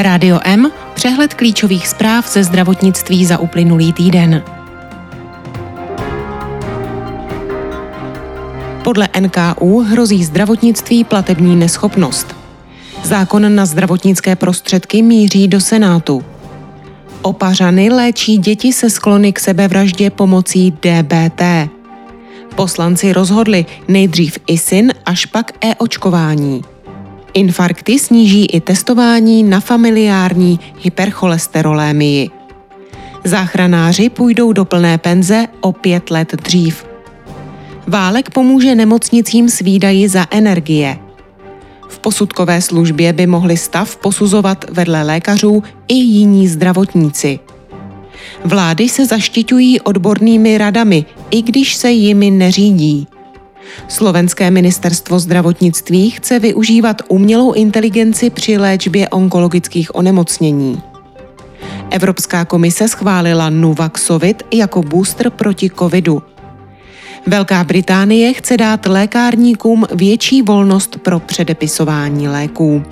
Rádio M, přehled klíčových zpráv ze zdravotnictví za uplynulý týden. Podle NKÚ hrozí zdravotnictví platební neschopnost. Zákon na zdravotnické prostředky míří do Senátu. Opařany léčí děti se sklony k sebevraždě pomocí DBT. Poslanci rozhodli nejdřív ISIN, až pak e-očkování. Infarkty sníží i testování na familiární hypercholesterolémii. Záchranáři půjdou do plné penze o 5 let dřív. Válek pomůže nemocnicím s výdaji za energie. V posudkové službě by mohli stav posuzovat vedle lékařů i jiní zdravotníci. Vlády se zaštiťují odbornými radami, i když se jimi neřídí. Slovenské ministerstvo zdravotnictví chce využívat umělou inteligenci při léčbě onkologických onemocnění. Evropská komise schválila Nuvaxovid jako booster proti covidu. Velká Británie chce dát lékárníkům větší volnost pro předepisování léků.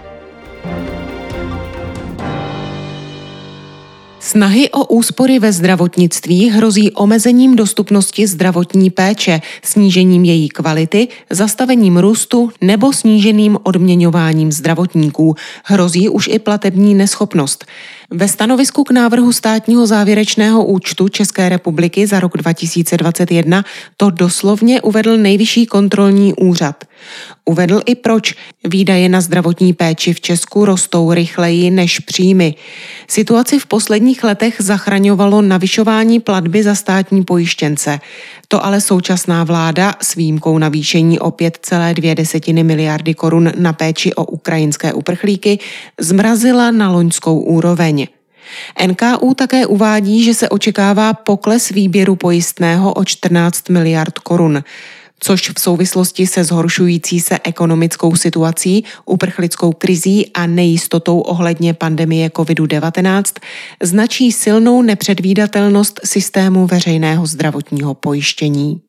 Snahy o úspory ve zdravotnictví hrozí omezením dostupnosti zdravotní péče, snížením její kvality, zastavením růstu nebo sníženým odměňováním zdravotníků. Hrozí už i platební neschopnost. Ve stanovisku k návrhu státního závěrečného účtu České republiky za rok 2021 to doslovně uvedl Nejvyšší kontrolní úřad. Uvedl i proč. Výdaje na zdravotní péči v Česku rostou rychleji než příjmy. Situaci v posledních letech zachraňovalo navyšování platby za státní pojištěnce. To ale současná vláda s výjimkou navýšení o 5,2 miliardy korun na péči o ukrajinské uprchlíky zmrazila na loňskou úroveň. NKÚ také uvádí, že se očekává pokles výběru pojistného o 14 miliard korun, což v souvislosti se zhoršující se ekonomickou situací, uprchlickou krizí a nejistotou ohledně pandemie COVID-19 značí silnou nepředvídatelnost systému veřejného zdravotního pojištění.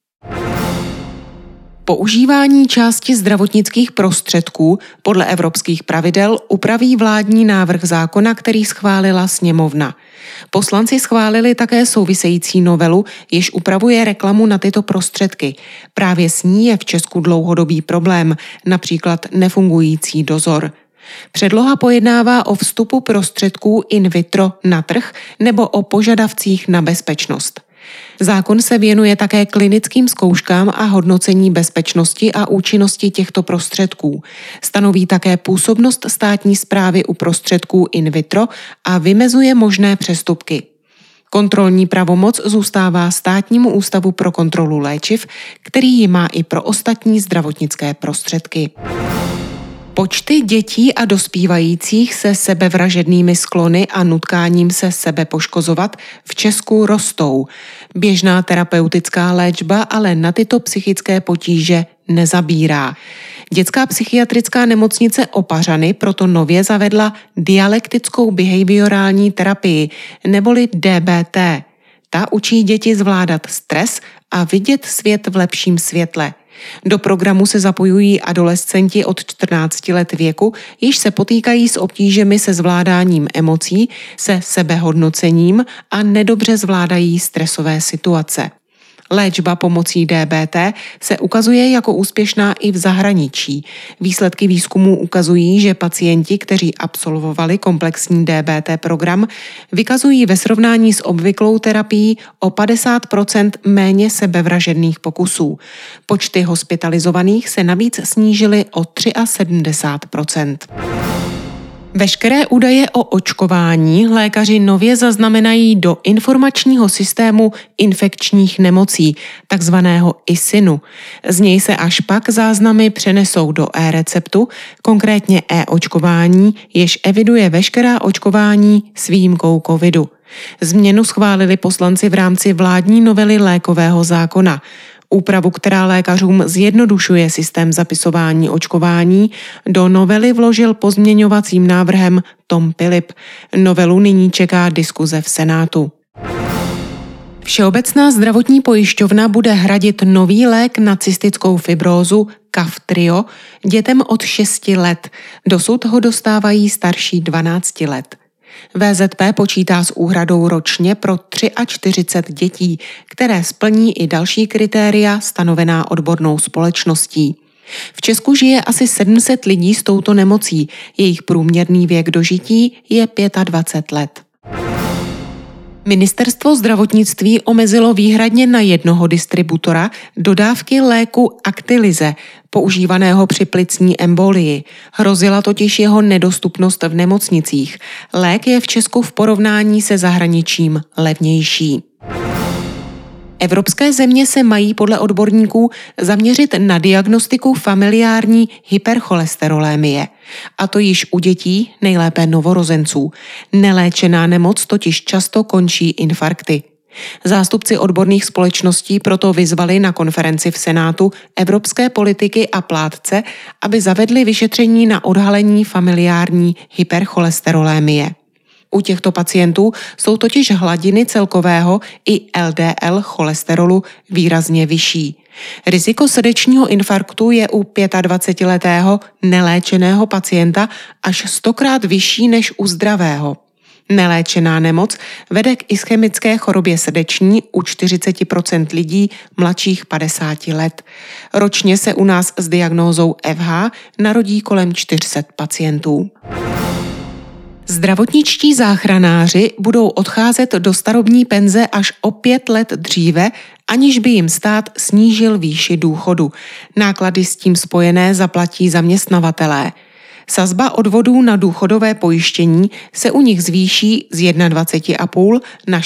Používání části zdravotnických prostředků podle evropských pravidel upraví vládní návrh zákona, který schválila sněmovna. Poslanci schválili také související novelu, jež upravuje reklamu na tyto prostředky. Právě s ní je v Česku dlouhodobý problém, například nefungující dozor. Předloha pojednává o vstupu prostředků in vitro na trh nebo o požadavcích na bezpečnost. Zákon se věnuje také klinickým zkouškám a hodnocení bezpečnosti a účinnosti těchto prostředků. Stanoví také působnost státní správy u prostředků in vitro a vymezuje možné přestupky. Kontrolní pravomoc zůstává Státnímu ústavu pro kontrolu léčiv, který ji má i pro ostatní zdravotnické prostředky. Počty dětí a dospívajících se sebevražednými sklony a nutkáním se sebe poškozovat v Česku rostou. Běžná terapeutická léčba ale na tyto psychické potíže nezabírá. Dětská psychiatrická nemocnice Opařany proto nově zavedla dialektickou behaviorální terapii, neboli DBT. Ta učí děti zvládat stres a vidět svět v lepším světle. Do programu se zapojují adolescenti od 14 let věku, již se potýkají s obtížemi se zvládáním emocí, se sebehodnocením a nedobře zvládají stresové situace. Léčba pomocí DBT se ukazuje jako úspěšná i v zahraničí. Výsledky výzkumů ukazují, že pacienti, kteří absolvovali komplexní DBT program, vykazují ve srovnání s obvyklou terapií o 50% méně sebevražedných pokusů. Počty hospitalizovaných se navíc snížily o 73%. Veškeré údaje o očkování lékaři nově zaznamenají do informačního systému infekčních nemocí, takzvaného ISINu. Z něj se až pak záznamy přenesou do e-receptu, konkrétně e-očkování, jež eviduje veškerá očkování s výjimkou covidu. Změnu schválili poslanci v rámci vládní novely lékového zákona. Úpravu, která lékařům zjednodušuje systém zapisování očkování, do novely vložil pozměňovacím návrhem Tom Pilip. Novelu nyní čeká diskuze v Senátu. Všeobecná zdravotní pojišťovna bude hradit nový lék na cystickou fibrózu Kaftrio dětem od 6 let. Dosud ho dostávají starší 12 let. VZP počítá s úhradou ročně pro 43 dětí, které splní i další kritéria stanovená odbornou společností. V Česku žije asi 700 lidí s touto nemocí, jejich průměrný věk dožití je 25 let. Ministerstvo zdravotnictví omezilo výhradně na jednoho distributora dodávky léku Actilize, používaného při plicní embolii. Hrozila totiž jeho nedostupnost v nemocnicích. Lék je v Česku v porovnání se zahraničím levnější. Evropské země se mají podle odborníků zaměřit na diagnostiku familiární hypercholesterolémie. A to již u dětí, nejlépe novorozenců. Neléčená nemoc totiž často končí infarkty. Zástupci odborných společností proto vyzvali na konferenci v Senátu evropské politiky a plátce, aby zavedli vyšetření na odhalení familiární hypercholesterolémie. U těchto pacientů jsou totiž hladiny celkového i LDL cholesterolu výrazně vyšší. Riziko srdečního infarktu je u 25letého neléčeného pacienta až 100krát vyšší než u zdravého. Neléčená nemoc vede k ischemické chorobě srdeční u 40% lidí mladších 50 let. Ročně se u nás s diagnózou FH narodí kolem 400 pacientů. Zdravotničtí záchranáři budou odcházet do starobní penze až o 5 let dříve, aniž by jim stát snížil výši důchodu. Náklady s tím spojené zaplatí zaměstnavatelé. Sazba odvodů na důchodové pojištění se u nich zvýší z 21,5 na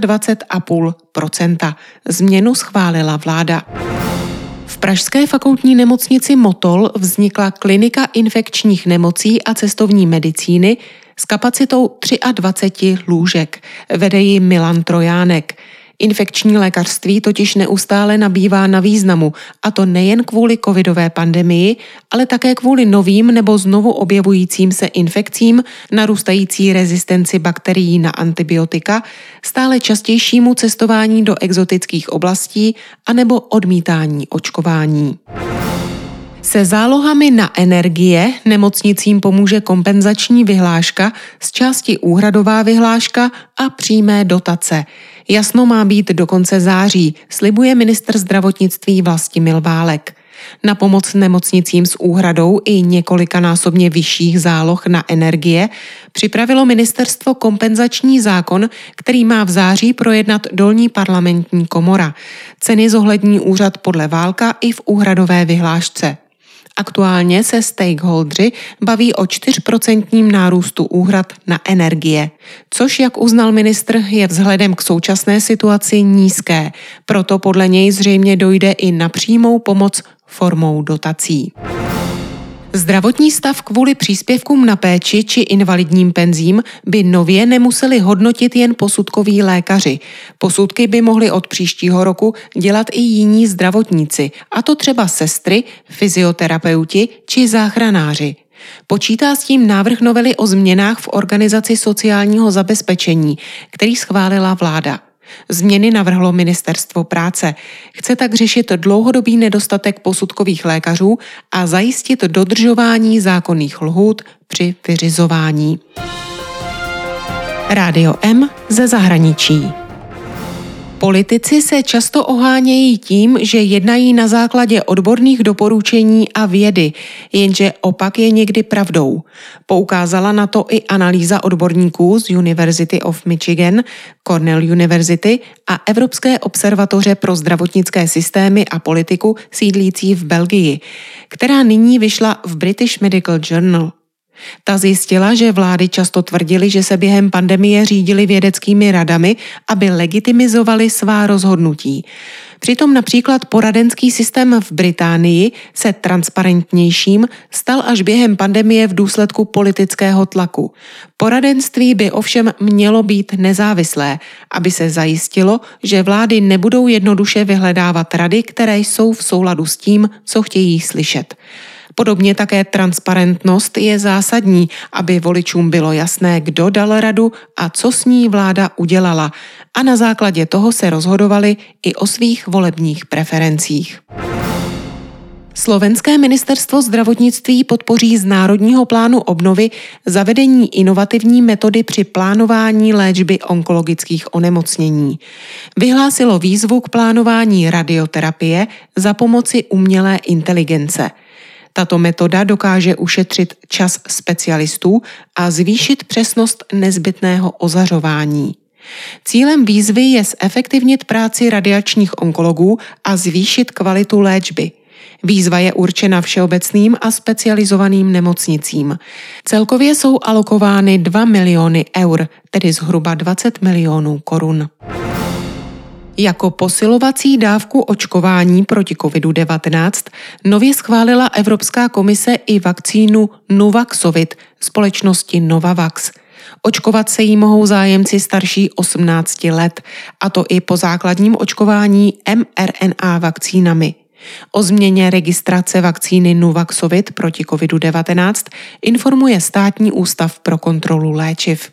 26,5%. Změnu schválila vláda. V pražské fakultní nemocnici Motol vznikla klinika infekčních nemocí a cestovní medicíny s kapacitou 23 lůžek. Vede ji Milan Trojánek. Infekční lékařství totiž neustále nabývá na významu, a to nejen kvůli covidové pandemii, ale také kvůli novým nebo znovu objevujícím se infekcím, narůstající rezistenci bakterií na antibiotika, stále častějšímu cestování do exotických oblastí anebo odmítání očkování. Se zálohami na energie nemocnicím pomůže kompenzační vyhláška, z části úhradová vyhláška a přímé dotace. Jasno má být do konce září, slibuje ministr zdravotnictví Vlastimil Válek. Na pomoc nemocnicím s úhradou i několikanásobně vyšších záloh na energie připravilo ministerstvo kompenzační zákon, který má v září projednat dolní parlamentní komora. Ceny zohlední úřad podle Válka i v úhradové vyhlášce. Aktuálně se stakeholdři baví o 4% nárůstu úhrad na energie, což, jak uznal ministr, je vzhledem k současné situaci nízké, proto podle něj zřejmě dojde i na přímou pomoc formou dotací. Zdravotní stav kvůli příspěvkům na péči či invalidním penzím by nově nemuseli hodnotit jen posudkoví lékaři. Posudky by mohli od příštího roku dělat i jiní zdravotníci, a to třeba sestry, fyzioterapeuti či záchranáři. Počítá s tím návrh novely o změnách v organizaci sociálního zabezpečení, který schválila vláda. Změny navrhlo Ministerstvo práce. Chce tak řešit dlouhodobý nedostatek posudkových lékařů a zajistit dodržování zákonných lhůt při vyřizování. Rádio M ze zahraničí. Politici se často ohánějí tím, že jednají na základě odborných doporučení a vědy, jenže opak je někdy pravdou. Poukázala na to i analýza odborníků z University of Michigan, Cornell University a Evropské observatoře pro zdravotnické systémy a politiku sídlící v Belgii, která nyní vyšla v British Medical Journal. Ta zjistila, že vlády často tvrdily, že se během pandemie řídily vědeckými radami, aby legitimizovali svá rozhodnutí. Přitom například poradenský systém v Británii se transparentnějším stal až během pandemie v důsledku politického tlaku. Poradenství by ovšem mělo být nezávislé, aby se zajistilo, že vlády nebudou jednoduše vyhledávat rady, které jsou v souladu s tím, co chtějí slyšet. Podobně také transparentnost je zásadní, aby voličům bylo jasné, kdo dal radu a co s ní vláda udělala. A na základě toho se rozhodovali i o svých volebních preferencích. Slovenské ministerstvo zdravotnictví podpoří z Národního plánu obnovy zavedení inovativní metody při plánování léčby onkologických onemocnění. Vyhlásilo výzvu k plánování radioterapie za pomoci umělé inteligence. Tato metoda dokáže ušetřit čas specialistů a zvýšit přesnost nezbytného ozařování. Cílem výzvy je zefektivnit práci radiačních onkologů a zvýšit kvalitu léčby. Výzva je určena všeobecným a specializovaným nemocnicím. Celkově jsou alokovány 2 miliony eur, tedy zhruba 20 milionů korun. Jako posilovací dávku očkování proti COVID-19 nově schválila Evropská komise i vakcínu Nuvaxovid společnosti Novavax. Očkovat se jí mohou zájemci starší 18 let, a to i po základním očkování mRNA vakcínami. O změně registrace vakcíny Nuvaxovid proti COVID-19 informuje Státní ústav pro kontrolu léčiv.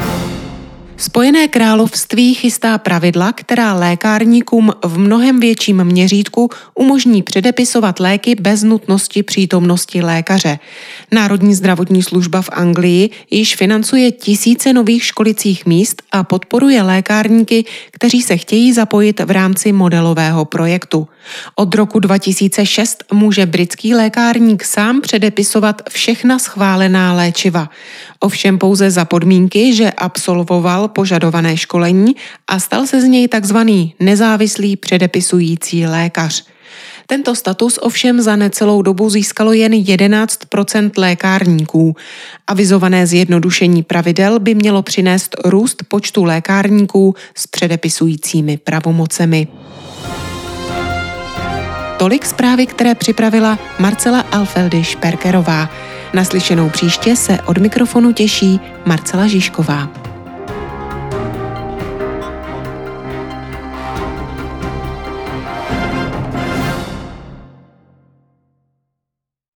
Spojené království chystá pravidla, která lékárníkům v mnohem větším měřítku umožní předepisovat léky bez nutnosti přítomnosti lékaře. Národní zdravotní služba v Anglii již financuje tisíce nových školicích míst a podporuje lékárníky, kteří se chtějí zapojit v rámci modelového projektu. Od roku 2006 může britský lékárník sám předepisovat všechna schválená léčiva. Ovšem pouze za podmínky, že absolvoval požadované školení a stal se z něj takzvaný nezávislý předepisující lékař. Tento status ovšem za necelou dobu získalo jen 11% lékárníků. Avizované zjednodušení pravidel by mělo přinést růst počtu lékárníků s předepisujícími pravomocemi. Tolik zprávy, které připravila Marcela Alfeldy-Šperkerová. Naslyšenou příště se od mikrofonu těší Marcela Žižková.